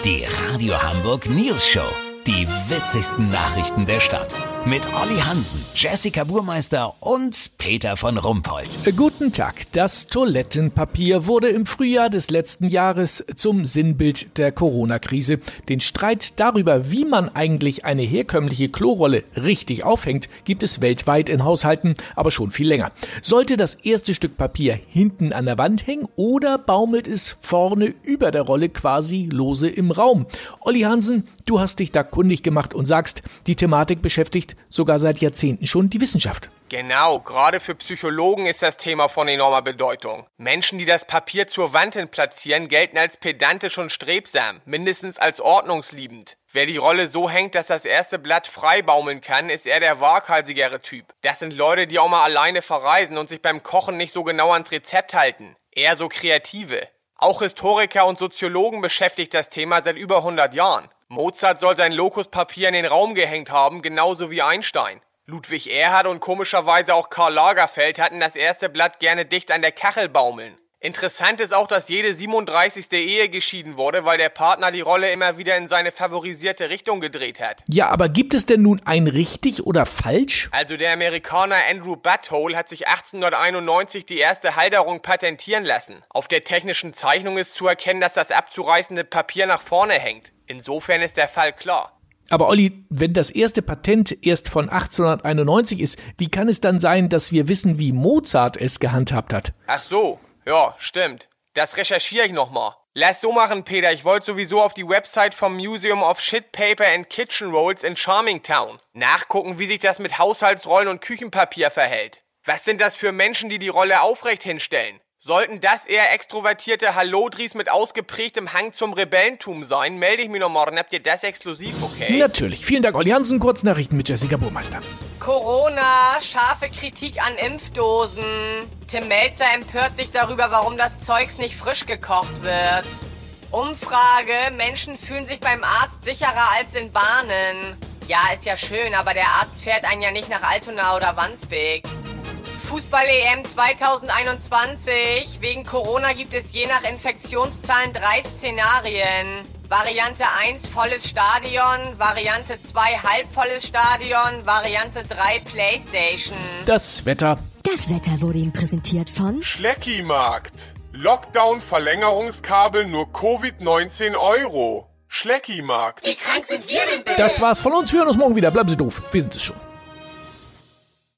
Die Radio Hamburg News Show. Die witzigsten Nachrichten der Stadt. Mit Olli Hansen, Jessica Burmeister und Peter von Rumpold. Guten Tag. Das Toilettenpapier wurde im Frühjahr des letzten Jahres zum Sinnbild der Corona-Krise. Den Streit darüber, wie man eigentlich eine herkömmliche Klorolle richtig aufhängt, gibt es weltweit in Haushalten, aber schon viel länger. Sollte das erste Stück Papier hinten an der Wand hängen oder baumelt es vorne über der Rolle quasi lose im Raum? Olli Hansen, du hast dich da kundig gemacht und sagst, die Thematik beschäftigt sogar seit Jahrzehnten schon die Wissenschaft. Genau, gerade für Psychologen ist das Thema von enormer Bedeutung. Menschen, die das Papier zur Wand hin platzieren, gelten als pedantisch und strebsam, mindestens als ordnungsliebend. Wer die Rolle so hängt, dass das erste Blatt frei baumeln kann, ist eher der waghalsigere Typ. Das sind Leute, die auch mal alleine verreisen und sich beim Kochen nicht so genau ans Rezept halten. Eher so Kreative. Auch Historiker und Soziologen beschäftigt das Thema seit über 100 Jahren. Mozart soll sein Lokuspapier in den Raum gehängt haben, genauso wie Einstein. Ludwig Erhard und komischerweise auch Karl Lagerfeld hatten das erste Blatt gerne dicht an der Kachel baumeln. Interessant ist auch, dass jede 37. Ehe geschieden wurde, weil der Partner die Rolle immer wieder in seine favorisierte Richtung gedreht hat. Ja, aber gibt es denn nun ein richtig oder falsch? Also der Amerikaner Andrew Butthole hat sich 1891 die erste Halterung patentieren lassen. Auf der technischen Zeichnung ist zu erkennen, dass das abzureißende Papier nach vorne hängt. Insofern ist der Fall klar. Aber Olli, wenn das erste Patent erst von 1891 ist, wie kann es dann sein, dass wir wissen, wie Mozart es gehandhabt hat? Ach so, ja, stimmt. Das recherchiere ich nochmal. Lass so machen, Peter. Ich wollte sowieso auf die Website vom Museum of Shit Paper and Kitchen Rolls in Charmingtown nachgucken, wie sich das mit Haushaltsrollen und Küchenpapier verhält. Was sind das für Menschen, die die Rolle aufrecht hinstellen? Sollten das eher extrovertierte Hallodris mit ausgeprägtem Hang zum Rebellentum sein, melde ich mich noch morgen. Habt ihr das exklusiv, okay? Natürlich. Vielen Dank, Olli Hansen. Kurznachrichten mit Jessica Burmeister. Corona, scharfe Kritik an Impfdosen. Tim Melzer empört sich darüber, warum das Zeugs nicht frisch gekocht wird. Umfrage, Menschen fühlen sich beim Arzt sicherer als in Bahnen. Ja, ist ja schön, aber der Arzt fährt einen ja nicht nach Altona oder Wandsbek. Fußball-EM 2021. Wegen Corona gibt es je nach Infektionszahlen 3 Szenarien. Variante 1 volles Stadion, Variante 2 halbvolles Stadion, Variante 3 Playstation. Das Wetter. Das Wetter wurde Ihnen präsentiert von Schleckimarkt. Lockdown-Verlängerungskabel nur Covid-19 €. Schleckimarkt. Wie krank sind wir denn bitte? Das war's von uns. Wir hören uns morgen wieder. Bleiben Sie doof. Wir sind es schon.